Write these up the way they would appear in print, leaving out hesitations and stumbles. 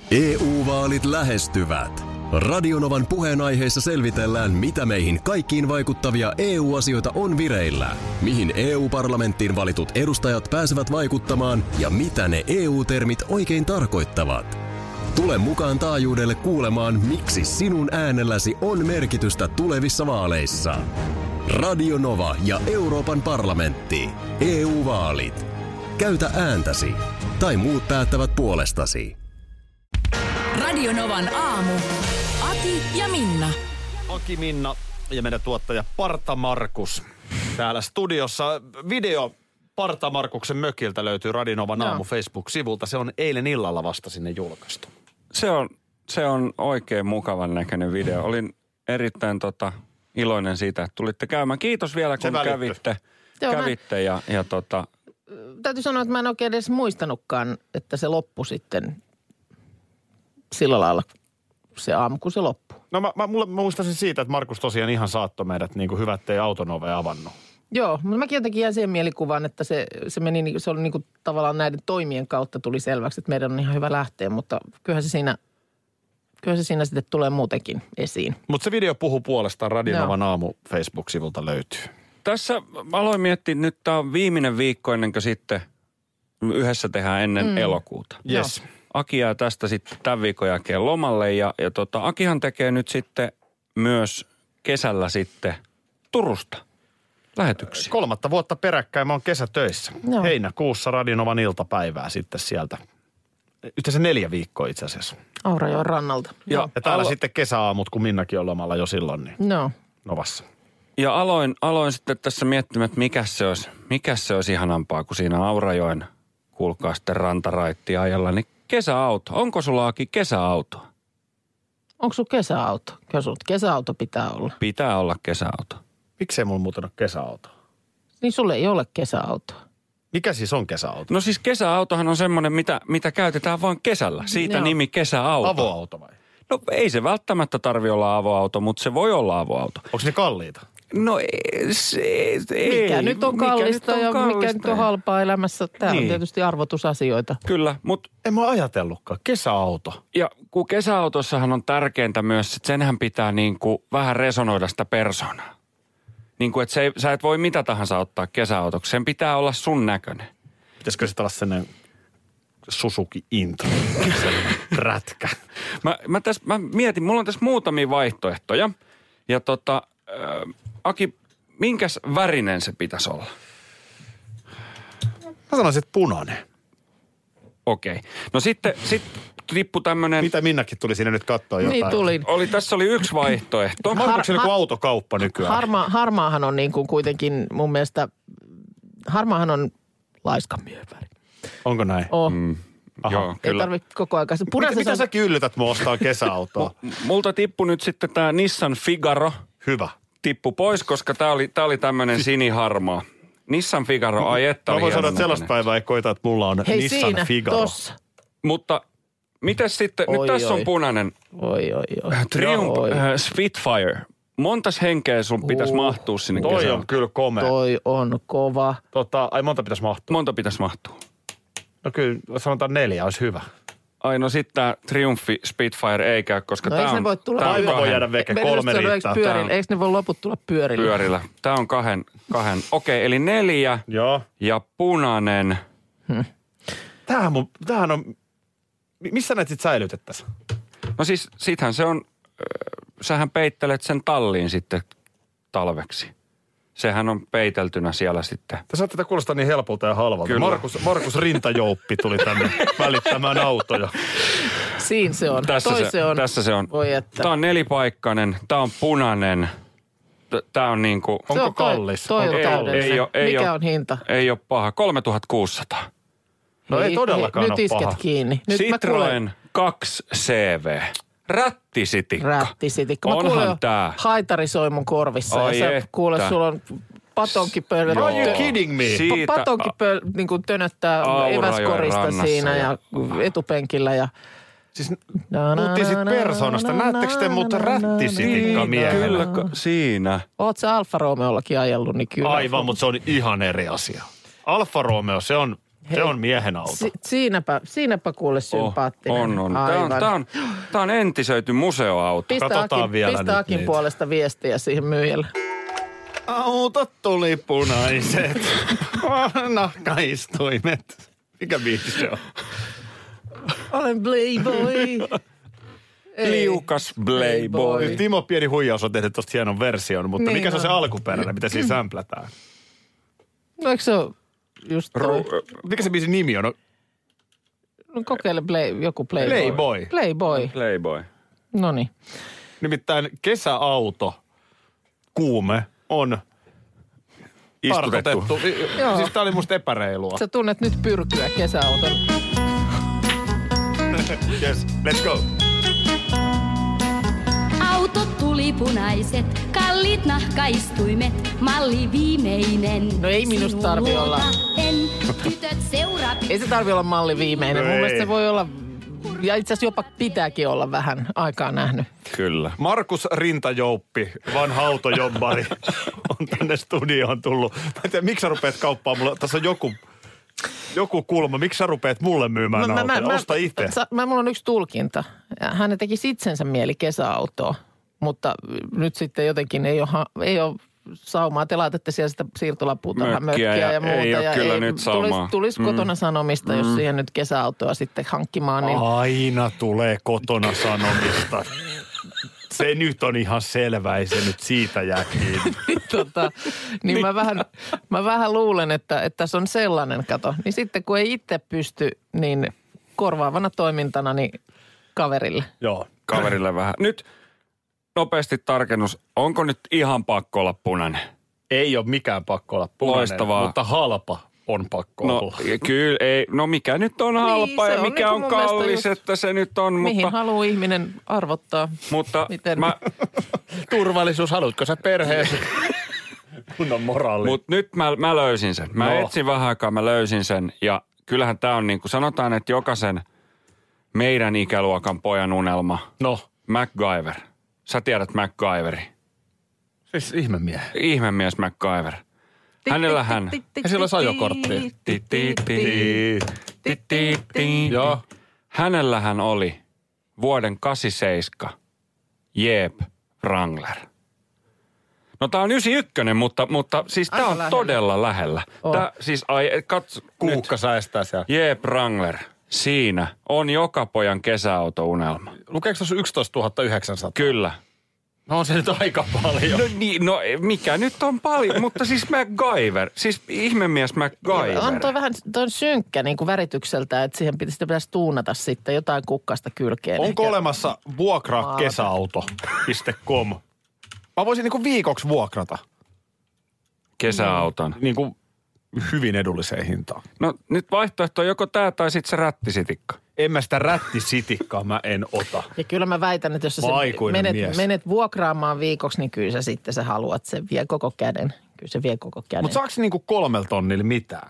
EU-vaalit lähestyvät. Radionovan puheenaiheessa selvitellään, mitä meihin kaikkiin vaikuttavia EU-asioita on vireillä, mihin EU-parlamenttiin valitut edustajat pääsevät vaikuttamaan ja mitä ne EU-termit oikein tarkoittavat. Tule mukaan taajuudelle kuulemaan, miksi sinun äänelläsi on merkitystä tulevissa vaaleissa. Radio Nova ja Euroopan parlamentti. EU-vaalit. Käytä ääntäsi. Tai muut päättävät puolestasi. Radio Novan aamu. Ati ja Minna. Aki, Minna ja meidän tuottaja Parta Markus täällä studiossa. Video Parta Markuksen mökiltä löytyy Radio Novan aamu Facebook-sivulta. Se on eilen illalla vasta sinne julkaistu. Se on oikein mukavan näköinen video. Olin erittäin iloinen siitä, että tulitte käymään. Kiitos vielä, kun kävitte ja Täytyy sanoa, että mä en oikein edes muistanutkaan, että se loppui sitten sillä lailla se aamu, kun se loppui. No mä muistasin siitä, että Markus tosiaan ihan saattoi meidät niin kuin hyvä, ettei Autonove avannut. Joo, mutta mäkin jotenkin jäin siihen mielikuvaan, että se meni, se oli niin kuin tavallaan näiden toimien kautta tuli selväksi, että meidän on ihan hyvä lähteä, mutta kyllähän se siinä sitten tulee muutenkin esiin. Mutta se video puhuu puolestaan. Radio Novan aamu Facebook-sivulta löytyy. Tässä aloin miettiä, että nyt tämä on viimeinen viikko ennen kuin sitten yhdessä tehdään ennen elokuuta. Yes. Aki jää tästä sitten tämän viikon jälkeen lomalle ja Akihan tekee nyt sitten myös kesällä sitten Turusta lähetyksiä. 3. vuotta peräkkäin mä oon kesätöissä. Joo. Heinäkuussa Radio Novan iltapäivää sitten sieltä. Yhteensä 4 viikkoa itse asiassa. Aurajoen rannalta. Ja täällä sitten kesäaamut, kun Minnakin on lomalla jo silloin, niin Novassa. Ja aloin sitten tässä miettimään, että mikä se olisi ihanampaa, kun siinä Aurajoen, kuulkaa sitten rantaraittia ajalla, niin kesäauto. Onko sulla, Aki, kesäauto? Onko sulla kesäauto? Kyllä sulla kesäauto pitää olla. Pitää olla kesäauto. Miksei mulla muuten ole kesäauto? Niin sulle ei ole kesäautoa. Mikä siis on kesäauto? No siis kesäautohan on semmoinen, mitä käytetään vain kesällä. Siitä nimi kesäauto. Avoauto vai? No ei se välttämättä tarvitse olla avoauto, mutta se voi olla avoauto. Onko ne kalliita? No ei. Mikä nyt on kallista ja mikä nyt on halpaa elämässä. Tämä on tietysti arvotusasioita. Kyllä, mutta en mä ajatellutkaan. Kesäauto. Ja kun kesäautossahan on tärkeintä myös, että senhän pitää niin kuin vähän resonoida sitä persoonaa. Niin kuin, että sä et voi mitä tahansa ottaa kesäautoksi. Sen pitää olla sun näköinen. Pitäisikö se olla sellainen Suzuki Intro, sellainen rätkä? Mä mietin, mulla on tässä muutamia vaihtoehtoja. Ja Aki, minkäs värinen se pitäisi olla? Mä sanoisin, että punainen. Okei. No sitten tippui tämmönen... Mitä Minnakin tuli siinä nyt katsoa jotain? Niin tuli. Tässä oli yksi vaihtoehto. Onko se joku autokauppa nykyään? Harmaahan on niin kuin kuitenkin mun mielestä, harmaahan on laiskan miehen väri. Onko näin? Joo, ei kyllä. Tarvitse koko ajan. Mitä säkin yllytät mua ostaa kesäautoa? Multa tippui nyt sitten tää Nissan Figaro. Hyvä. Tippu pois, koska tää oli tämmönen siniharmaa. Nissan Figaro, ai että oli mä voin sanoa, että sellaista päivää ei koita, että mulla on Nissan Figaro. Tossa. Mutta mites sitten, nyt tässä on punainen. Triumph Spitfire. Montas henkeä sun pitäisi mahtua sinne Toi kesällä? on kyllä komea. Toi on kova. Monta pitäisi mahtua? Monta pitäisi mahtua? No kyllä, sanotaan 4, olisi hyvä. Ai no sitten tää Triumph Spitfire ei käy, koska tää on... Aivan voi jäädä veke, 3 riittää. Eikö ne voi loput tulla pyörillä? Tää on kahden. Okei, eli 4 ja punainen. Tämähän on... Missä näitä sit säilytettäisiin? No siis sittenhän se on... Sähän peittelet sen talliin sitten talveksi. Sehän on peiteltynä siellä sitten. Te saatte tätä kuulostaa niin helpolta ja halvalta. Kyllä. Markus Rintajouppi tuli tänne välittämään autoja. Siinä se on. Tässä se on. Voi että. Tää on 4-paikkainen, tää on punainen. Tää on niinku... Onko kallis? Toi on täydellinen. Mikä on hinta? Ei ole paha. 3600. No ei todellakaan nyt ole paha. isket kiinni. Nyt Citroen 2 CV. Rättisitikka. Rättisitikka. Mä Onhan kuulen tää. haitari soi mun korvissa. Ai ja että. kuule, sulla on patonkipöydä. Are you kidding me? Patonkipöydä niin kuin tönöttää eväskorista siinä ja etupenkillä ja... Siis puhuttiin sit persoonasta. Näettekö te muuten rättisitikka miehenä? Kyllä, siinä. Oot sä Alfa Romeollakin ajellut, niin kyllä. Aivan, mutta se on ihan eri asia. Alfa Romeo, se on Se on miehen auto. Siinäpä kuule sympaattinen. On. Tämä on entisöity museoauto. Pistä Akin puolesta viestiä siihen myyjälle. Autot tuli punaiset, nahkaistuimet. Mikä biisi se on? Olen playboy. Liukas playboy. Timo Pieni Huijaus on tehnyt tosta hienon version, mutta mikä se on se alkuperäinen, mitä siinä sämplätään? No eikö se ole just toi? Mikä se biisin nimi on? No kokeile joku playboy. Playboy. Noniin. Nimittäin kesäauto, kuume, on tarkoitettu. Siis tää oli musta epäreilua. Sä tunnet nyt pyrkyä kesäauton. Yes, let's go. Autot tuli punaiset, kalliit nahkaistuimet, malli viimeinen. No ei minusta tarvi olla. Tytöt Ei se tarvi olla malli viimeinen. Mun mielestä se voi olla, ja itse asiassa jopa pitääkin olla vähän aikaa nähnyt. Kyllä. Markus Rintajouppi, vanha autojobbari, on tänne studioon tullut. Mä en tiedä, miksi sä rupeat kauppaamaan mulle. Tässä on joku kulma. Miksi sä rupeat mulle myymään autoja? Osta itse. Mulla on yksi tulkinta. Hän teki itsensä mieli kesäautoa, mutta nyt sitten jotenkin ei ole saumaa. Te laitatte siellä sitä siirtolapuutarhamökkiä ja muuta. Ei ole kyllä nyt saumaa. Tulisi kotona sanomista, jos siihen nyt kesäautoa sitten hankkimaan. Niin... Aina tulee kotona sanomista. Se nyt on ihan selvä, ei se nyt siitä jää kiinni. Niin mä vähän luulen, että tässä on sellainen kato. Niin sitten kun ei itse pysty, niin korvaavana toimintana niin kaverille. Joo. Kaverille vähän. Nyt nopeasti tarkennus. Onko nyt ihan pakko olla punainen? Ei ole mikään pakko olla punainen, Loistavaa. mutta halpa on pakko olla. Kyllä, ei. No mikä nyt on halpa ja mikä on kallis, että se nyt on. Mihin haluaa ihminen arvottaa? Mutta miten? Turvallisuus, haluatko sä perheesi? Kunnon moraali. Mutta nyt mä löysin sen. Mä etsin vähän aikaa, mä löysin sen. Ja kyllähän tää on niin kuin sanotaan, että jokaisen meidän ikäluokan pojan unelma. No. MacGyver. Sä tiedät MacGyveri. Siis ihmemies. Ihmemies MacGyver. Hänellähän... Ja sillä olisi ajokorttia. Joo. Hänellähän oli vuoden 87 Jeep Wrangler. No tää on 91, mutta siis tää on todella lähellä. Tää, siis Kuukka säestää siellä. Jeep Wrangler. Siinä on joka pojan kesäautounelma. Lukeeko tuossa 11 900? Kyllä. No on se nyt aika paljon. No mikä nyt on paljon, mutta siis MacGyver, siis ihmemies MacGyver. On toi vähän synkkä niin kuin väritykseltä, että siihen pitäisi tuunata sitten jotain kukkasta kylkeen. Onko olemassa vuokrakesäauto.com? Mä voisin niin kuin viikoksi vuokrata. Kesäauton. Niin kuin hyvin edulliseen hintaan. No nyt vaihtoehto on joko tää tai sitten se rättisitikka. En mä sitä rättisitikkaa mä en ota. Ja kyllä mä väitän, että jos sä menet vuokraamaan viikoksi, niin kyllä sä sitten sä haluat sen vie koko käden. Kyllä se vie koko käden. Mutta saako se niinku 3 tonnilla mitään?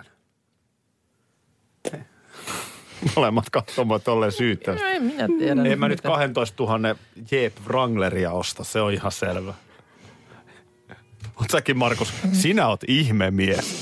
Molemmat katsomaan tolleen syyttävästi. No en minä tiedä. En mä nyt 12 000 Jeep Wrangleria osta, se on ihan selvä. Mut säkin, Markus, sinä oot ihmemies.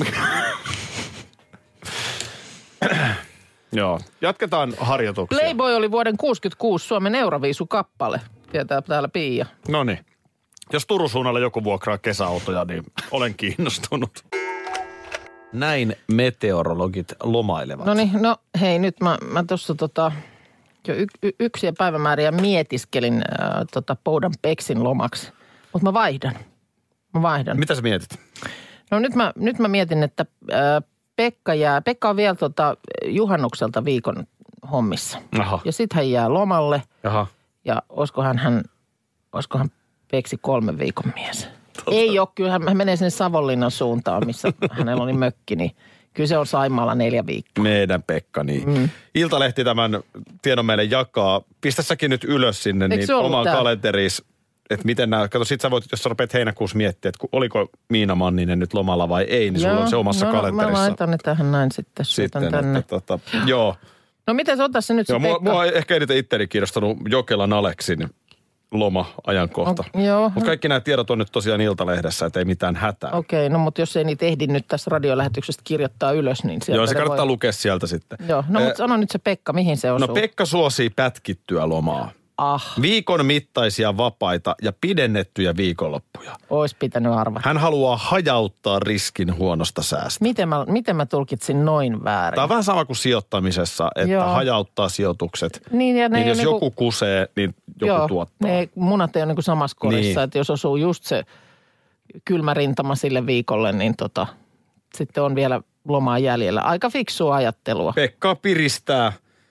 Joo, jatketaan harjoituksia. Playboy oli vuoden 1966 Suomen Euroviisu-kappale, tietää täällä Pia. Noniin. Jos Turun suunnalla joku vuokraa kesäautoja, niin olen kiinnostunut. Näin meteorologit lomailevat. Noniin, no hei nyt mä tuossa jo yksiä päivämääriä mietiskelin Poudan Peksin lomaksi, mutta mä vaihdan. Mitä sä mietit? No nyt mä mietin, että Pekka on vielä juhannukselta viikon hommissa. Aha. Ja sit hän jää lomalle. Aha. Ja olisikohan Peksi 3 viikon mies. Ei ole, kyllä hän menee sinne Savonlinnan suuntaan, missä hänellä oli mökki, niin kyllä se on Saimaalla 4 viikkoa. Meidän Pekka, niin. Iltalehti tämän tiedon meille jakaa. Pistä säkin nyt ylös sinne niin omaan kalenteriin. Että miten nämä, kato sit sä voit, jos sä rupeat heinäkuussa miettiä, että oliko Miina Manninen nyt lomalla vai ei, niin sulla on se omassa kalenterissa. Mä laitan ne tähän näin sitten. Tänne. Että, joo. No miten ota se nyt se Pekka? Mua on ehkä eniten itteni kiinnostanut Jokelan Aleksin loma-ajankohta. Joo. Mutta kaikki nämä tiedot on nyt tosiaan Iltalehdessä, että ei mitään hätää. Okei, no mutta jos ei niitä ehdi nyt tässä radiolähetyksestä kirjoittaa ylös, niin sieltä Joo, se kannattaa lukea sieltä sitten. Joo, no mutta sano nyt se Pekka, mihin se osuu? No Pekka suosii pätkittyä lomaa. Viikon mittaisia vapaita ja pidennettyjä viikonloppuja. Ois pitänyt arvata. Hän haluaa hajauttaa riskin huonosta säästä. Miten mä tulkitsin noin väärin? Tämä on vähän sama kuin sijoittamisessa, että Joo. hajauttaa sijoitukset. Niin, ja niin jos niinku, joku kusee, niin joku tuottaa. Ne munat ei ole niin kuin samassa korissa, Niin. että jos osuu just se kylmä rintama sille viikolle, niin sitten on vielä lomaa jäljellä. Aika fiksua ajattelua. Pekka piristää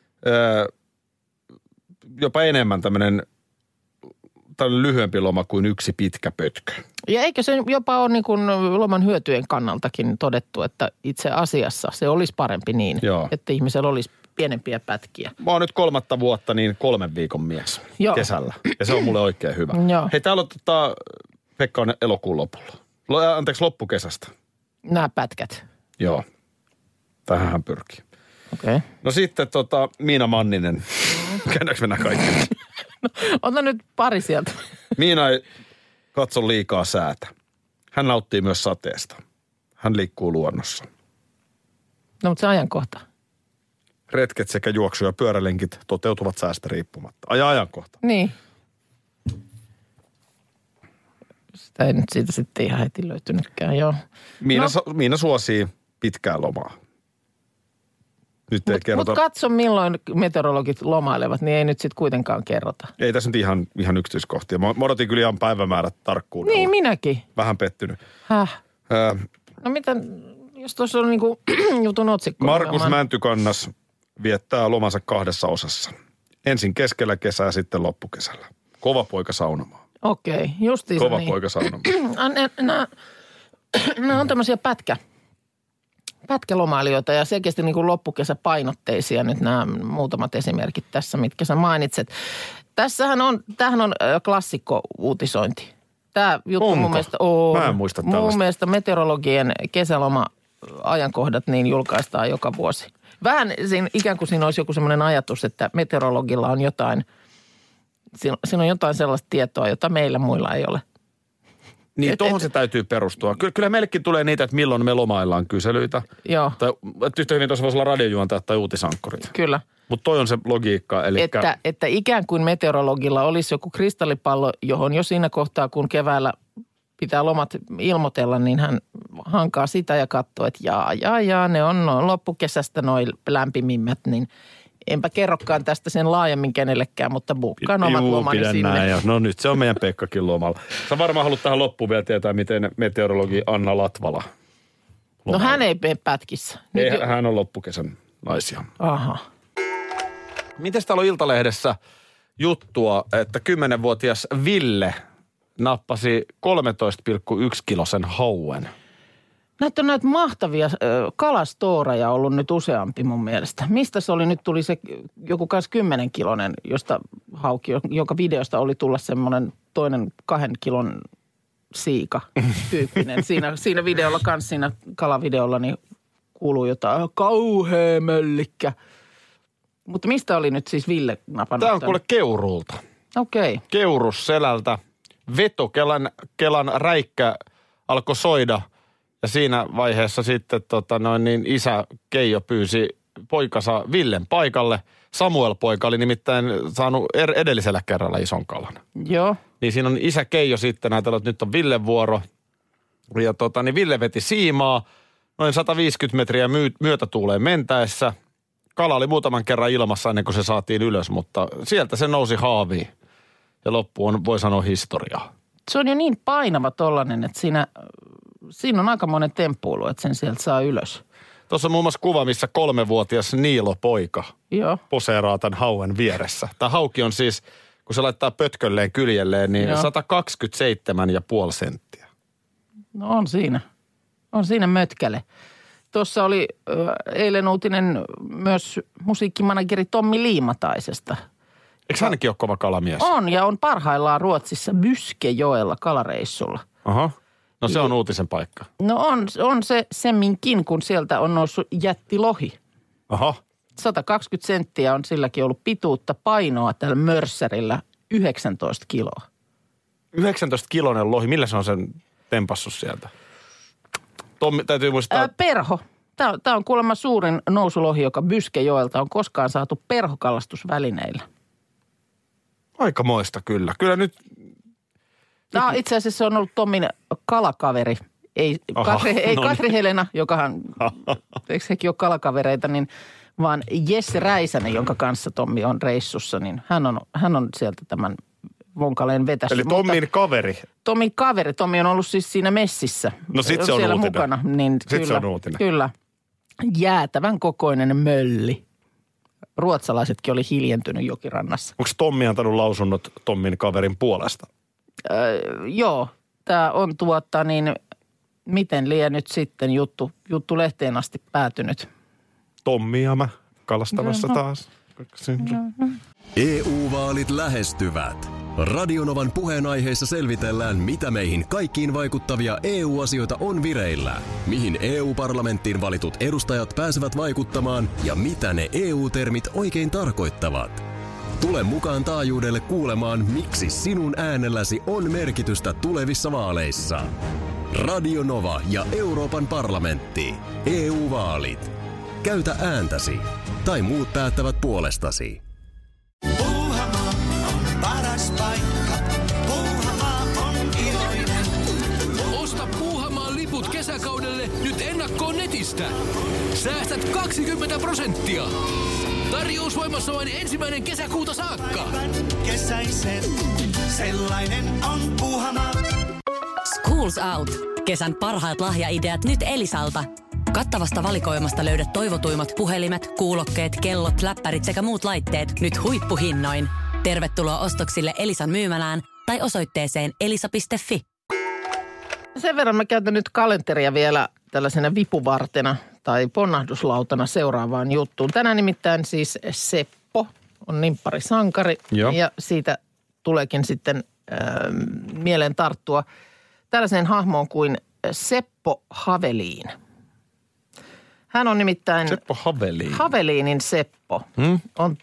jopa enemmän tämmöinen lyhyempi loma kuin yksi pitkä pötkö. Ja eikö se jopa ole niin kuin loman hyötyjen kannaltakin todettu, että itse asiassa se olisi parempi niin, Joo. että ihmisellä olisi pienempiä pätkiä. Mä oon nyt 3 vuotta niin 3 viikon mies kesällä. Ja se on mulle oikein hyvä. Joo. Hei, täällä on Pekka on elokuun lopulla. Loppukesästä. Nämä pätkät. Joo. Tähän hän pyrkii. Okei. Okay. No sitten Miina Manninen. Käydäänkö mennä kaikki? No, ota nyt pari sieltä. Miina ei katso liikaa säätä. Hän nauttii myös sateesta. Hän liikkuu luonnossa. No, mutta se ajankohta. Retket sekä juoksu- ja pyörälenkit toteutuvat säästä riippumatta. Ajankohta. Niin. Sitä ei nyt siitä sitten ihan heti löytynytkään, joo. Miina suosii pitkää lomaa. Nyt ei kerrota. Mutta katso, milloin meteorologit lomailevat, niin ei nyt sitten kuitenkaan kerrota. Ei tässä nyt ihan yksityiskohtia. Mä odotin kyllä ihan päivämäärät tarkkuudella. Niin, minäkin. Vähän pettynyt. Häh? No mitä, jos tuossa on niinku jutun otsikko. Markus Mäntykannas viettää lomansa 2 osassa. Ensin keskellä kesää, sitten loppukesällä. Kova poika saunomaan. Okei, justiinsa Kova niin. poika saunomaan. Nämä on tämmöisiä pätkälomailijoita ja selkeästi niin kuin loppukesäpainotteisia nyt nämä muutamat esimerkit tässä, mitkä sä mainitset. Tämähän on klassikko-uutisointi. Tämä juttu Onko? mun mielestä on. Mä en muista tällaista. Mun mielestä meteorologien kesäloma-ajankohdat niin julkaistaan joka vuosi. Vähän ikään kuin siinä olisi joku semmoinen ajatus, että meteorologilla on jotain, siinä on jotain sellaista tietoa, jota meillä muilla ei ole. Niin, tuohon se täytyy perustua. Kyllä meillekin tulee niitä, että milloin me lomaillaan kyselyitä. Joo. Tai yhtä hyvin tuossa voisi olla radiojuontajat tai uutisankkurit. Kyllä. Mutta toi on se logiikka. Eli Että ikään kuin meteorologilla olisi joku kristallipallo, johon jo siinä kohtaa, kun keväällä pitää lomat ilmoitella, niin hän hankaa sitä ja katsoo, että jaa, ne on loppukesästä noin lämpimimmät, niin enpä kerrokaan tästä sen laajemmin kenellekään, mutta buukkaan omat lomani sinne. Näin. No nyt se on meidän Pekkakin lomalla. Sä varmaan haluat tähän loppuun vielä tietää, miten meteorologi Anna Latvala No hän ei mene pätkissä. Hän on loppukesän naisia. Aha. Mites täällä on Iltalehdessä juttua, että 10-vuotias Ville nappasi 13,1 kilosen hauen. Näitä on näitä mahtavia kalastooreja ollut nyt useampi mun mielestä. Mistä se oli? Nyt tuli se joku 10 kilonen, josta hauki, joka videosta oli tulla semmoinen toinen 2 kilon siika tyyppinen. Siinä videolla kanssa, siinä kalavideolla niin kuuluu jotain kauhea möllikkä. Mutta mistä oli nyt siis Ville napannut? Tämä on kuule Keuruulta. Okei. Keurusselältä. Kelan räikkä alkoi soida ja siinä vaiheessa sitten isä Keijo pyysi poikansa Villen paikalle. Samuel-poika oli nimittäin saanut edellisellä kerralla ison kalan. Joo. Niin siinä on isä Keijo sitten ajatellut, että nyt on Villen vuoro. Ja niin Ville veti siimaa noin 150 metriä myötätuuleen mentäessä. Kala oli muutaman kerran ilmassa ennen kuin se saatiin ylös, mutta sieltä se nousi haaviin. Ja loppu on, voi sanoa, historiaa. Se on jo niin painava tollainen, että siinä on aika monen temppuilu, että sen sieltä saa ylös. Tuossa on muun muassa kuva, missä 3-vuotias Niilo-poika poseeraa tämän hauen vieressä. Tämä hauki on siis, kun se laittaa pötkölleen kyljelleen, niin 127,5 senttiä. No on siinä. On siinä mötkäle. Tuossa oli eilen uutinen myös musiikkimanageri Tommi Liimataisesta. Eikö hänkin ole kova kalamies? On, ja on parhaillaan Ruotsissa Byskejoella kalareissulla. Aha. No se on uutisen paikka. No on se semminkin, kun sieltä on noussut jättilohi. Aha. 120 senttiä on silläkin ollut pituutta, painoa tällä mörsserillä 19 kiloa. 19-kiloinen lohi, millä se on sen tempassut sieltä? Tommi, täytyy muistaa. Perho. Tämä on kuulemma suurin nousulohi, joka Byskejoelta on koskaan saatu perhokalastusvälineillä. Aikamoista kyllä. Kyllä nyt. Tämä itse asiassa se on ollut Tommin kalakaveri. Ei Katri Helena, jokahan, eikö hekin ole kalakavereita, niin vaan Jesse Räisänen, jonka kanssa Tommi on reissussa, niin hän on sieltä tämän vonkaleen vetässä. Eli Tommin kaveri. Tommin kaveri. Tommi on ollut siis siinä messissä. No sit se on siellä uutinen. mukana. Niin sit se on uutinen. Kyllä. Jäätävän kokoinen mölli. Ruotsalaisetkin oli hiljentynyt jokirannassa. Onko Tommi antanut lausunnot Tommin kaverin puolesta? Joo. Tämä on miten liian nyt sitten juttu lehteen asti päätynyt. Tommi ja mä kalastamassa taas. EU-vaalit lähestyvät. Radionovan puheenaiheessa selvitellään, mitä meihin kaikkiin vaikuttavia EU-asioita on vireillä, mihin EU-parlamenttiin valitut edustajat pääsevät vaikuttamaan ja mitä ne EU-termit oikein tarkoittavat. Tule mukaan taajuudelle kuulemaan, miksi sinun äänelläsi on merkitystä tulevissa vaaleissa. Radio Nova ja Euroopan parlamentti. EU-vaalit. Käytä ääntäsi. Tai muut päättävät puolestasi. Puuhamaa on paras paikka. Puuhamaa on iloinen. Osta Puuhamaan liput kesäkaudelle nyt ennakkoon netistä. Säästät 20%. Tarjous voimassa vain 1. kesäkuuta saakka. Kesäisen, sellainen on Puuhamaa. Schools Out. Kesän parhaat lahjaideat nyt Elisalta. Kattavasta valikoimasta löydät toivotuimmat puhelimet, kuulokkeet, kellot, läppärit sekä muut laitteet nyt huippuhinnoin. Tervetuloa ostoksille Elisan myymälään tai osoitteeseen elisa.fi. Sen verran mä käytän nyt kalenteria vielä tällaisena vipuvartena tai ponnahduslautana seuraavaan juttuun. Tänään nimittäin siis Seppo on nimpparisankari ja siitä tuleekin sitten mieleen tarttua tällaiseen hahmoon kuin Seppo Havelin. Hän on nimittäin Seppo Havelin. Havelinin Seppo. On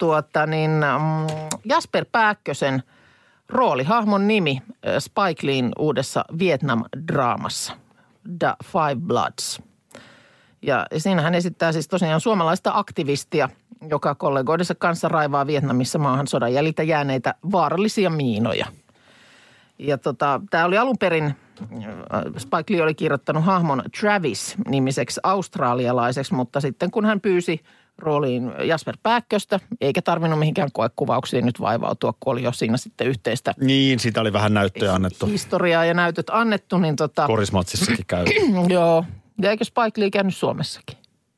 Jasper Pääkkösen roolihahmon nimi Spike Leen uudessa Vietnam-draamassa The Five Bloods. Ja siinä hän esittää siis tosiaan suomalaista aktivistia, joka kollegoidensa kanssa raivaa Vietnamissa maahan sodan jäljiltä jääneitä vaarallisia miinoja. Ja tämä oli alun perin, Spike Lee oli kirjoittanut hahmon Travis-nimiseksi australialaiseksi, mutta sitten kun hän pyysi rooliin Jasper Pääkköstä, eikä tarvinnut mihinkään koekuvauksiin nyt vaivautua, kun oli jo siinä sitten yhteistä. Niin, siitä oli vähän näyttöjä annettu. Historiaa ja näytöt annettu, niin Korismatsissakin käy. Joo, ja eikö Spike Lee käynyt Suomessakin?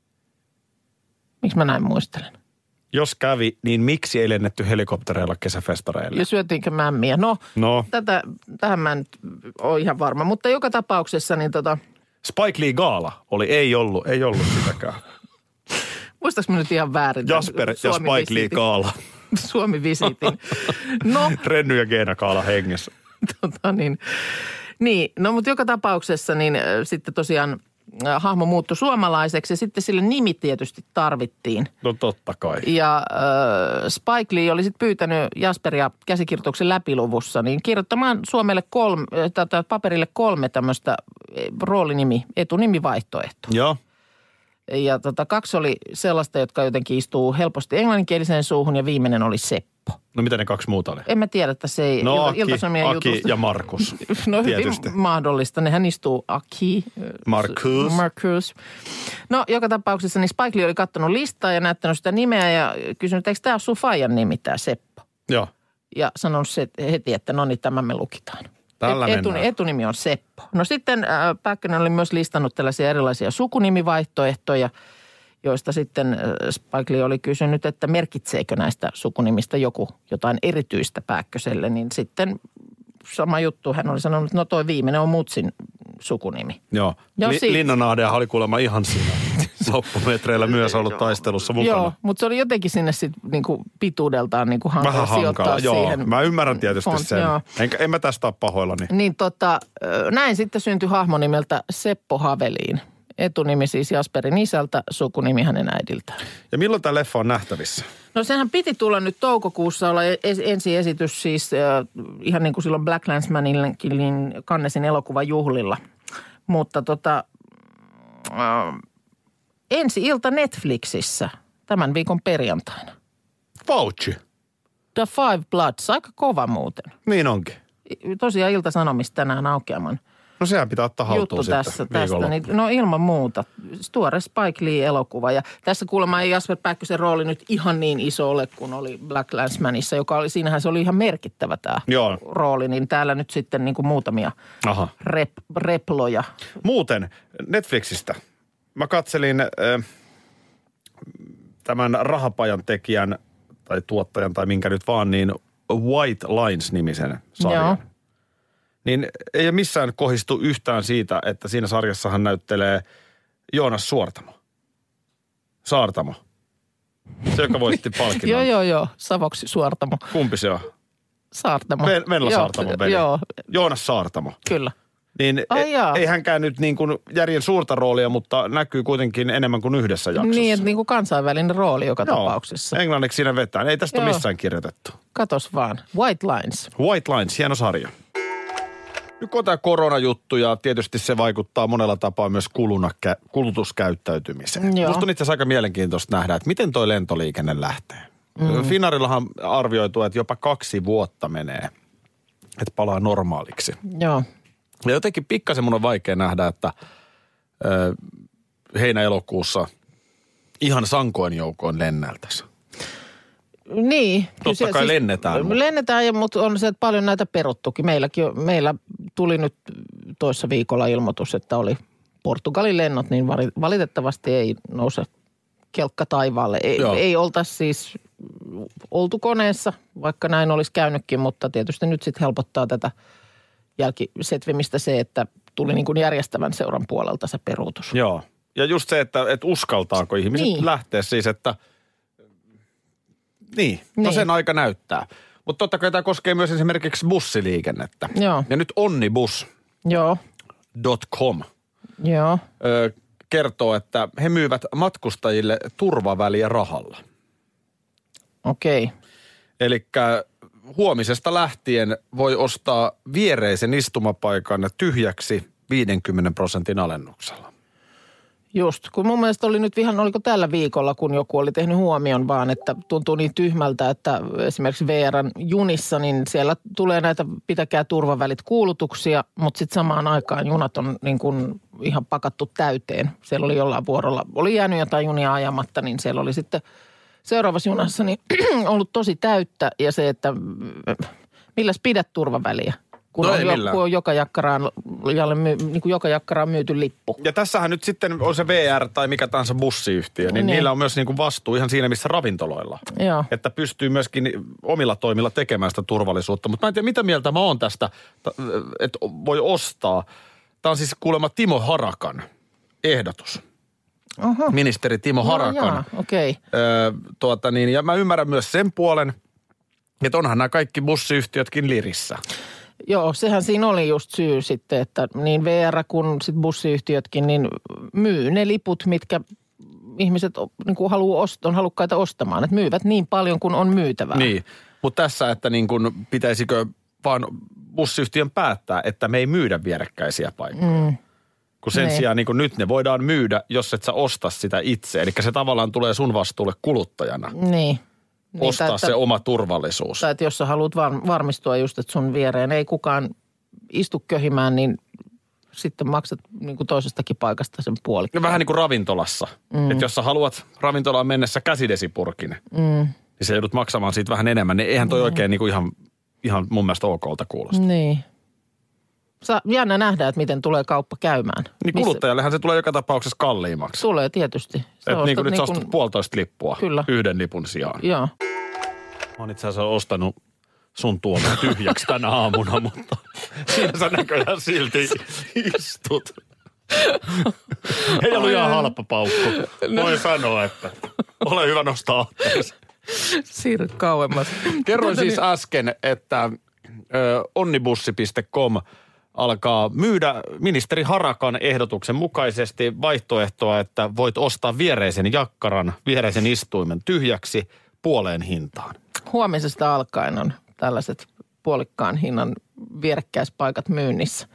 Miksi mä näin muistelen? Jos kävi, niin miksi ei lennetty helikoptereilla kesäfestareille? Ja syötiinkö mämmiä? No. Tähän mä en ole ihan varma, mutta joka tapauksessa niin Spike Lee Gaala ei ollut sitäkään. Muistaaks mä nyt ihan väärin? Jasper ja Spike Lee Gaala. Suomi-visiitin. No. Renny ja Geena Gaala hengessä. Niin, no mutta joka tapauksessa niin sitten tosiaan hahmo muuttui suomalaiseksi ja sitten sille nimi tietysti tarvittiin. No totta kai. Ja Spike Lee oli sitten pyytänyt Jasperia käsikirjoituksen läpiluvussa niin kirjoittamaan Suomelle paperille 3 tämmöistä etunimivaihtoehtoa. Joo. Ja 2 oli sellaista, jotka jotenkin istuu helposti englanninkieliseen suuhun ja viimeinen oli Seppo. No mitä ne 2 muuta oli? En mä tiedä, että se ei Ilta-Sanomien Aki jutusta. ja Markus. No tietysti. hyvin mahdollista. Nehän istuu Aki. Markus. No joka tapauksessa niin Spike Lee oli katsonut listaa ja näyttänyt sitä nimeä ja kysynyt, eikö tämä ole sun faijan nimi, tämä Seppo? Joo. Ja sanonut se heti, että no niin, tämä me lukitaan. Etunimi on Seppo. No sitten Pääkkönen oli myös listannut tällaisia erilaisia sukunimivaihtoehtoja, joista sitten Spike Lee oli kysynyt, että merkitseekö näistä sukunimistä jotain erityistä Pääkköselle. Niin sitten sama juttu, hän oli sanonut, että no toi viimeinen on Mutsin sukunimi. Joo. Linnanahdeahan oli kuulemma ihan siinä loppumetreillä myös ollut taistelussa mukana. Joo, mutta se oli jotenkin sinne sitten niinku pituudeltaan niinku hankala sijoittaa siihen. Joo, mä ymmärrän tietysti sen. En mä tästä ole pahoillani. Niin näin sitten syntyi hahmo nimeltä Seppo Havelin. Etunimi siis Jasperin isältä, sukunimi hänen äidiltään. Ja milloin tämä leffa on nähtävissä? No sehän piti tulla nyt toukokuussa olla ensiesitys siis ihan niin kuin silloin Black Landsmanillekin niin Cannesin elokuvan juhlilla. Mutta ensi ilta Netflixissä tämän viikon perjantaina. Fauci. The Five Bloods, aika kova muuten. Niin onkin. Tosiaan Ilta-Sanomista tänään aukeaman No sehän pitää ottaa haltuun juttu sitten tästä. Niin, no ilman muuta. Tuore Spike Lee-elokuva. Ja tässä kuulemma ei Jasper Pääkkösen rooli nyt ihan niin iso ole kuin oli Black Landsmanissa, joka oli, siinähän se oli ihan merkittävä tämä rooli. Niin täällä nyt sitten niin kuin muutamia reploja. Muuten Netflixistä. Mä katselin tämän rahapajan tekijän tai tuottajan tai minkä nyt vaan, niin White Lines-nimisen sarjan. Joo. Niin ei missään kohistu yhtään siitä, että siinä sarjassahan näyttelee Joonas Saartamo. Se, joka voitti palkinnon. Joo. Savoksi Suortamo. Kumpi se on? Saartamo. Venla Saartamon veli. Joo. Joonas Saartamo. Kyllä. Niin ei hänkään nyt niin kuin järjen suurta roolia, mutta näkyy kuitenkin enemmän kuin yhdessä jaksossa. Niin, että niin kuin kansainvälinen rooli joka tapauksessa. Englanniksi siinä vetään. Ei tästä ole missään kirjoitettu. Katos vaan. White Lines. White Lines, hieno sarja. Nyt kun on tämä koronajuttu ja tietysti se vaikuttaa monella tapaa myös kulutuskäyttäytymiseen. Joo. Musta on itse asiassa aika mielenkiintoista nähdä, että miten toi lentoliikenne lähtee. Finnairillahan arvioitu, että jopa 2 vuotta menee, että palaa normaaliksi. Joo. Ja jotenkin pikkasen mun on vaikea nähdä, että heinä-elokuussa ihan sankoin joukoin lennältäisi. Niin. Totta kai lennetään. Lennetään, mutta on se, että paljon näitä peruttukin. Meillä tuli nyt toissa viikolla ilmoitus, että oli Portugalin lennot, niin valitettavasti ei nouse kelkka taivaalle. Ei oltaisi siis oltu koneessa, vaikka näin olisi käynytkin, mutta tietysti nyt sitten helpottaa tätä jälkisetvimistä se, että tuli niin kuin järjestävän seuran puolelta se peruutus. Joo. Ja just se, että uskaltaako ihmiset lähteä siis, että no sen aika näyttää. Mutta totta kai tämä koskee myös esimerkiksi bussiliikennettä. Joo. Ja nyt onnibus.com kertoo, että he myyvät matkustajille turvaväliä rahalla. Okei. Elikkä huomisesta lähtien voi ostaa viereisen istumapaikan tyhjäksi 50% alennuksella. Just, kun mun mielestä oli nyt oliko tällä viikolla, kun joku oli tehnyt huomion vaan, että tuntuu niin tyhmältä, että esimerkiksi VR:n junissa, niin siellä tulee näitä pitäkää turvavälit kuulutuksia, mutta sitten samaan aikaan junat on niin kuin ihan pakattu täyteen. Siellä oli jollain vuorolla, oli jäänyt jotain junia ajamatta, niin siellä oli sitten seuraavassa junassa niin ollut tosi täyttä ja se, että milläs pidät turvaväliä? Kun on joka jakkaraan myyty lippu. Ja tässähän nyt sitten on se VR tai mikä tahansa bussiyhtiö, niin niillä on myös niin kuin vastuu ihan siinä, missä ravintoloilla. Joo. Että pystyy myöskin omilla toimilla tekemään sitä turvallisuutta. Mutta mä en tiedä, mitä mieltä mä oon tästä, että voi ostaa. Tämä on siis kuulemma Timo Harakan ehdotus. Oho. Ministeri Timo Harakan. Okei. Ja mä ymmärrän myös sen puolen, että onhan nämä kaikki bussiyhtiötkin lirissä. Joo, sehän siinä oli just syy sitten, että niin VR kuin sit bussiyhtiötkin niin myy ne liput, mitkä ihmiset niin kuin on halukkaita ostamaan. Että myyvät niin paljon kuin on myytävää. Niin, mutta tässä, että niin kuin pitäisikö vaan bussiyhtiön päättää, että me ei myydä vierekkäisiä paikkoja. Kun sen sijaan niin kuin nyt ne voidaan myydä, jos et sä osta sitä itse. Eli se tavallaan tulee sun vastuulle kuluttajana. Niin. Ostaa se oma turvallisuus. Tai että jos sä haluat varmistua just, että sun viereen ei kukaan istu köhimään, niin sitten maksat niin kuin toisestakin paikasta sen puolikkaan. Vähän niin kuin ravintolassa. Että jos sä haluat ravintolaan mennessä käsidesipurkin, niin sä joudut maksamaan siitä vähän enemmän. Niin eihän toi oikein niin kuin ihan mun mielestä okolta kuulosta. Niin. Jännä nähdä, että miten tulee kauppa käymään. Niin kuluttajallehan se tulee joka tapauksessa kalliimmaksi. Tulee tietysti. Että niin kuin nyt sä ostat 1,5 lippua yhden lipun sijaan. Joo. Mä oon itse asiassa ostanut sun tuomaan tyhjäksi tänä aamuna, mutta siinä sä näköjään silti istut. Ei ollut ihan halpa paukku. Voin sanoa, että ole hyvä nostaa otteessa. Siirry kauemmas. Kerroin siis äsken, että onnibussi.com alkaa myydä ministeri Harakan ehdotuksen mukaisesti vaihtoehtoa, että voit ostaa viereisen jakkaran, viereisen istuimen tyhjäksi puoleen hintaan. Huomisesta alkaen on tällaiset puolikkaan hinnan vierekkäispaikat myynnissä.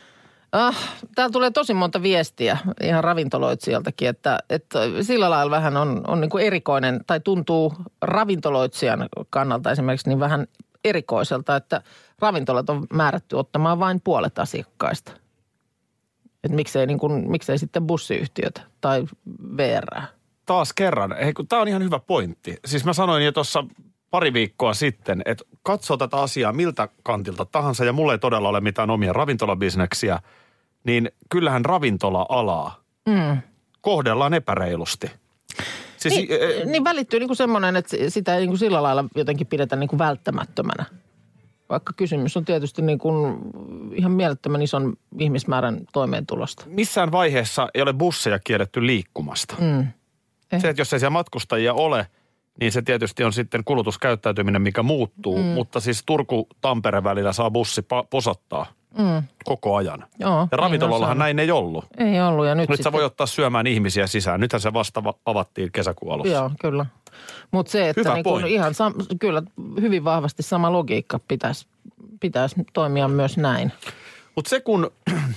Täällä tulee tosi monta viestiä ihan ravintoloitsijaltakin, että sillä lailla vähän on niin kuin erikoinen tai tuntuu ravintoloitsijan kannalta esimerkiksi niin vähän erikoiselta, että ravintolat on määrätty ottamaan vain puolet asiakkaista. Että miksei sitten bussiyhtiöt tai VR. Taas kerran. Tämä on ihan hyvä pointti. Siis mä sanoin jo tuossa pari viikkoa sitten, että katsoo tätä asiaa miltä kantilta tahansa ja mulla ei todella ole mitään omia ravintolabisneksiä, niin kyllähän ravintola-alaa kohdellaan epäreilusti. Siis, niin välittyy niin kuin semmoinen, että sitä ei niin kuin sillä lailla jotenkin pidetä niin kuin välttämättömänä. Vaikka kysymys on tietysti niin kuin ihan mielettömän ison ihmismäärän toimeentulosta. Missään vaiheessa ei ole busseja kielletty liikkumasta. Se, että jos ei siellä matkustajia ole, niin se tietysti on sitten kulutuskäyttäytyminen, mikä muuttuu. Mutta siis Turku-Tampere välillä saa bussi posottaa koko ajan. Joo, ja ravintolallahan näin ei ollut. Ei ollut. Ja nyt sä voi ottaa syömään ihmisiä sisään. Nythän se vasta avattiin kesäkuun alussa. Joo, kyllä. Mutta se, että niin kun ihan kyllä hyvin vahvasti sama logiikka pitäisi toimia myös näin. Mutta se kun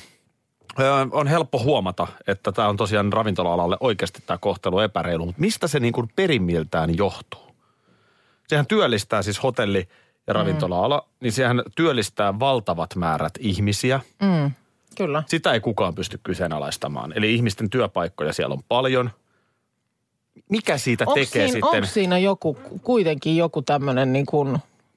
on helppo huomata, että tämä on tosiaan ravintola-alalle oikeasti tämä kohtelu epäreilu. Mutta mistä se niin kuin perimmiltään johtuu? Sehän työllistää siis hotelli- ja ravintola-ala, niin sehän työllistää valtavat määrät ihmisiä. Kyllä. Sitä ei kukaan pysty kyseenalaistamaan. Eli ihmisten työpaikkoja siellä on paljon. Mikä siitä tekee sitten? Onko siinä kuitenkin joku tämmöinen niin kuin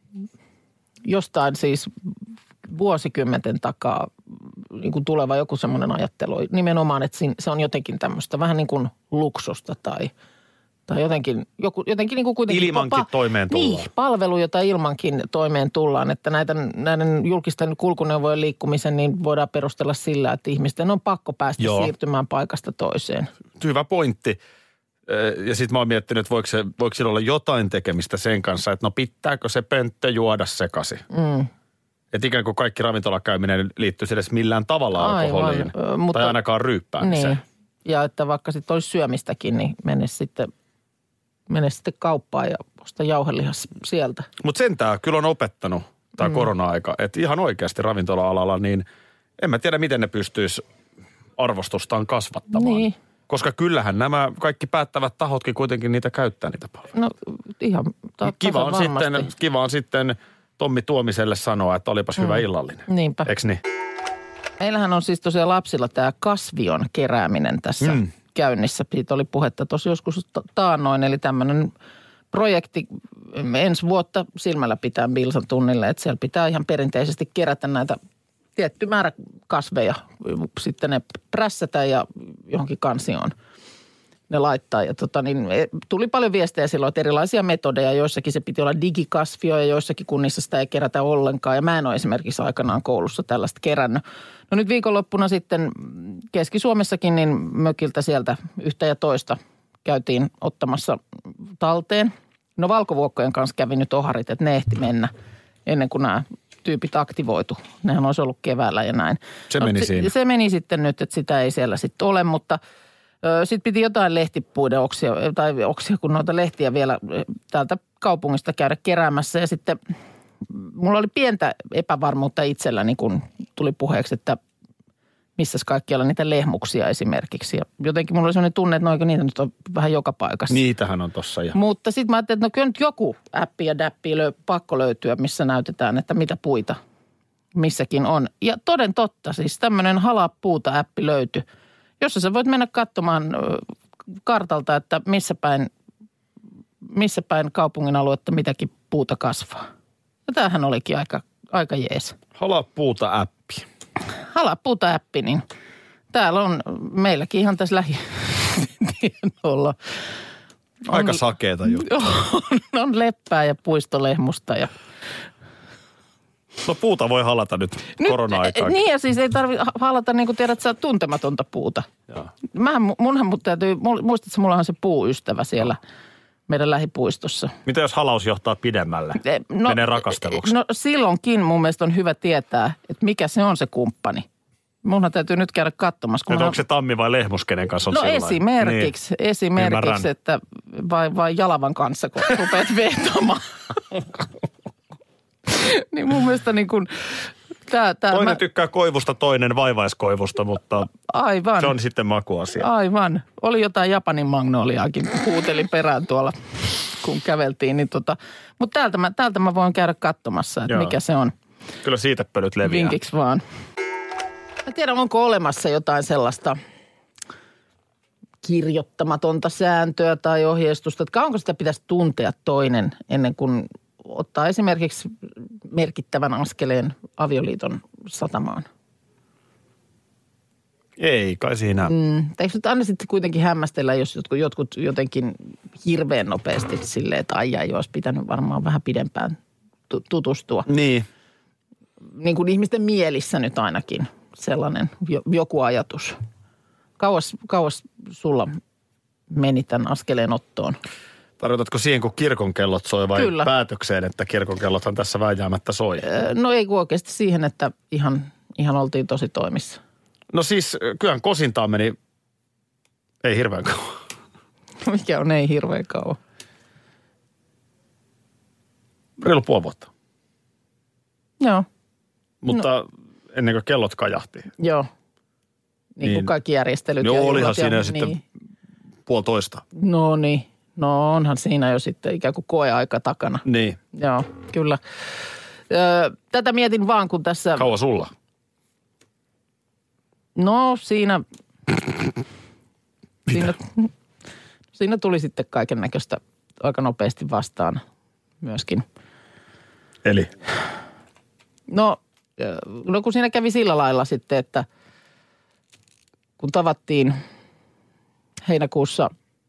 jostain siis vuosikymmenten takaa niin kuin tuleva joku semmoinen ajattelu. Nimenomaan, että se on jotenkin tämmöistä vähän niin kuin luksusta tai jotenkin niin kuin kuitenkin ilmankin toimeen tullaan. Niin, palvelu, jota ilmankin toimeen tullaan. Että näiden julkisten kulkuneuvojen liikkumisen niin voidaan perustella sillä, että ihmisten on pakko päästä siirtymään paikasta toiseen. Hyvä pointti. Ja sitten mä oon miettinyt, että voiko sillä olla jotain tekemistä sen kanssa, että no pitääkö se pönttö juoda sekaisin. Että ikään kuin kaikki ravintolakäyminen liittyy edes millään tavalla alkoholiin. Tai ainakaan ryyppäämiseen. Niin. Ja että vaikka sitten olisi syömistäkin, niin mene sitten kauppaan ja osta jauhelihas sieltä. Mutta sen tämä kyllä on opettanut, tämä korona-aika, että ihan oikeasti ravintola-alalla, niin en mä tiedä, miten ne pystyisi arvostustaan kasvattamaan. Niin. Koska kyllähän nämä kaikki päättävät tahotkin kuitenkin niitä käyttää niitä palveluja. No ihan kiva on sitten Tommi Tuomiselle sanoa, että olipas hyvä illallinen. Niinpä. Eiks niin? Meillähän on siis tosiaan lapsilla tämä kasvion kerääminen tässä käynnissä. Siitä oli puhetta tosi joskus taannoin, eli tämmöinen projekti ensi vuotta silmällä pitää Bilsan tunnille, että siellä pitää ihan perinteisesti kerätä näitä tietty määrä kasveja. Sitten ne prässätään ja johonkin kansioon ne laittaa. Ja tuli paljon viestejä silloin, että erilaisia metodeja. Joissakin se piti olla digikasvio ja joissakin kunnissa sitä ei kerätä ollenkaan. Ja mä en ole esimerkiksi aikanaan koulussa tällaista kerännyt. No nyt viikonloppuna sitten Keski-Suomessakin niin mökiltä sieltä yhtä ja toista käytiin ottamassa talteen. No valkovuokkojen kanssa kävi nyt oharit, että ne ehti mennä ennen kuin nämä tyypit aktivoitu. Nehän olisi ollut keväällä ja näin. Se meni siinä. Se meni sitten nyt, että sitä ei siellä sitten ole, mutta sitten piti jotain lehtipuiden oksia, kun noita lehtiä vielä täältä kaupungista käydä keräämässä. Ja sitten mulla oli pientä epävarmuutta itselläni, kun tuli puheeksi, että missäs kaikkialla niitä lehmuksia esimerkiksi. Ja jotenkin mulla oli sellainen tunne, että niitä nyt on vähän joka paikassa. Niitähän on tossa ihan. Mutta sitten mä ajattelin, että kyllä nyt joku appi ja däppi pakko löytyä, missä näytetään, että mitä puita missäkin on. Ja toden totta, siis tämmöinen halaa puuta appi löytyi, jossa sä voit mennä katsomaan kartalta, että missä päin kaupungin aluetta mitäkin puuta kasvaa. Ja tämähän olikin aika jees. Halaa puuta appi. Halaa puuta appi, niin täällä on meilläkin ihan tässä lähitienolla. Aika sakeeta juttu. On leppää ja puistolehmusta ja... No puuta voi halata nyt korona-aikaan. Niin ja siis ei tarvitse halata niin kuin tiedät sä tuntematonta puuta. Munhan täytyy, muistatko mulla on se puuystävä siellä meidän lähipuistossa. Mitä jos halaus johtaa pidemmälle? Menee rakasteluksi. No silloinkin mun mielestä on hyvä tietää, että mikä se on se kumppani. Munhan täytyy nyt käydä katsomassa. Onko se tammi vai lehmus, kenen kanssa on No sillain? esimerkiksi, Ymmärrän. että vai Jalavan kanssa, kun rupeat vetomaan. Niin mun mielestä niin kuin... Toinen tykkää koivusta, toinen vaivaiskoivusta, mutta aivan. Se on sitten makuasia. Aivan. Oli jotain Japanin magnoliaakin, huutelin perään tuolla, kun käveltiin. Niin mutta täältä mä voin käydä katsomassa, että mikä se on. Kyllä siitä pölyt leviää. Vinkiksi vaan. Mä tiedän, onko olemassa jotain sellaista kirjoittamatonta sääntöä tai ohjeistusta, että kauanko sitä pitäisi tuntea toinen ennen kuin ottaa esimerkiksi merkittävän askeleen avioliiton satamaan. Ei kai siinä. Eikö nyt aina sitten kuitenkin hämmästellä, jos jotkut jotenkin hirveän nopeasti silleen, että ai olisi pitänyt varmaan vähän pidempään tutustua. Niin. Niin kuin ihmisten mielissä nyt ainakin sellainen joku ajatus. Kauas sulla meni tämän askeleen ottoon? Tarkoitatko siihen, kun kirkonkellot soi vai Kyllä. päätökseen, että kirkonkellothan tässä vääjäämättä soi? No ei oikeasti siihen, että ihan oltiin tosi toimissa. No siis kyllähän kosintaan meni ei hirveän kauan. Mikä on ei hirveän kauan? Reilu puoli vuotta. Joo. Mutta ennen kuin kellot kajahti. Joo. Niin kuin kaikki järjestelyt. Joo, ja olihan juhlat siinä ja, sitten niin. puolitoista. No niin. No onhan siinä jo sitten ikään kuin koeaika takana. Niin. Joo, kyllä. Tätä mietin vaan, kun tässä... Kauan sulla? No siinä tuli sitten kaiken näköistä aika nopeasti vastaan myöskin. Eli? No kun siinä kävi sillä lailla sitten, että kun tavattiin heinäkuussa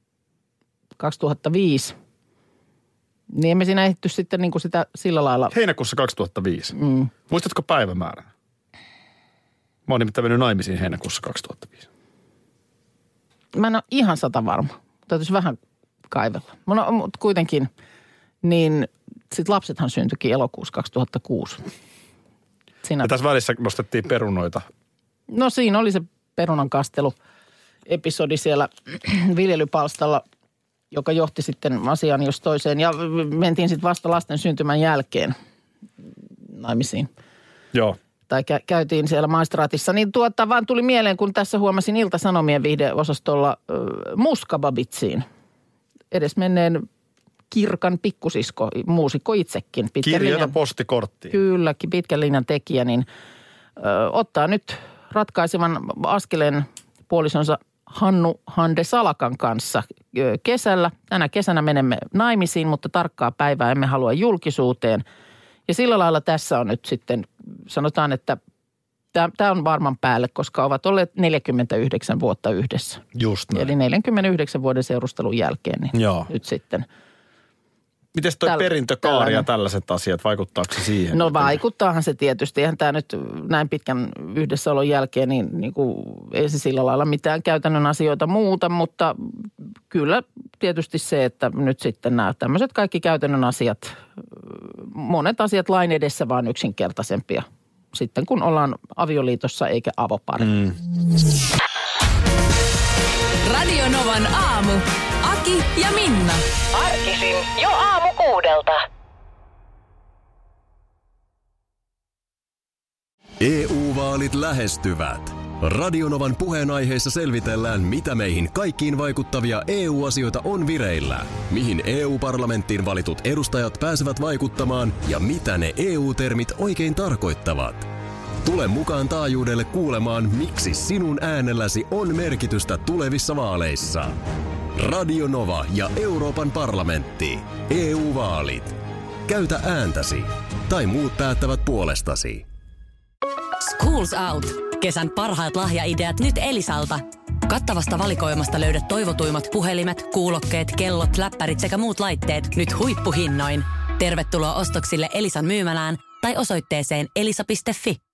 2005, niin emme siinä ehditty sitten niin kuin sitä sillä lailla. Heinäkuussa 2005. Muistatko päivämäärän? Mä oon nimittäin mennyt naimisiin heinäkuussa 2005. Mä en ole ihan 100 varma. Täytyisi vähän kaivella. Mutta kuitenkin, niin sit lapsethan syntyikin elokuussa 2006. Ja tässä välissä nostettiin perunoita. No siinä oli se perunan kastelu-episodi siellä viljelypalstalla, joka johti sitten asiaan jos toiseen. Ja mentiin sitten vasta lasten syntymän jälkeen naimisiin. Joo. Tai käytiin siellä maistraatissa. Niin vaan tuli mieleen, kun tässä huomasin Ilta-Sanomien viihdeosastolla Muskababitsiin. Edesmenneen Kirkan pikkusisko, muusikko itsekin. Kirjoita postikorttiin. Kyllä, pitkän linjan tekijä, niin ottaa nyt ratkaisevan askeleen puolisonsa Hannu Hande Salakan kanssa kesällä. Tänä kesänä menemme naimisiin, mutta tarkkaa päivää emme halua julkisuuteen. Ja sillä lailla tässä on nyt sitten, sanotaan, että tämä on varman päälle, koska ovat olleet 49 vuotta yhdessä. Just näin. Eli 49 vuoden seurustelun jälkeen, niin nyt sitten. Mites toi perintökaari ja tällaiset asiat, vaikuttaako se siihen? No vaikuttaahan se tietysti. Eihän tämä nyt näin pitkän yhdessäolon jälkeen, niin kuin ei se sillä lailla mitään käytännön asioita muuta, mutta kyllä tietysti se, että nyt sitten nämä tämmöiset kaikki käytännön asiat, monet asiat lain edessä vaan yksinkertaisempia sitten, kun ollaan avioliitossa eikä avopari. Radio Novan aamu. Aki ja Minna. Arkisin jo aamu 6:00. EU-vaalit lähestyvät. Radionovan puheenaiheessa selvitellään, mitä meihin kaikkiin vaikuttavia EU-asioita on vireillä, mihin EU-parlamenttiin valitut edustajat pääsevät vaikuttamaan ja mitä ne EU-termit oikein tarkoittavat. Tule mukaan taajuudelle kuulemaan, miksi sinun äänelläsi on merkitystä tulevissa vaaleissa. Radio Nova ja Euroopan parlamentti. EU-vaalit. Käytä ääntäsi. Tai muut päättävät puolestasi. Schools Out. Kesän parhaat lahjaideat nyt Elisalta. Kattavasta valikoimasta löydät toivotuimmat puhelimet, kuulokkeet, kellot, läppärit sekä muut laitteet nyt huippuhinnoin. Tervetuloa ostoksille Elisan myymälään tai osoitteeseen elisa.fi.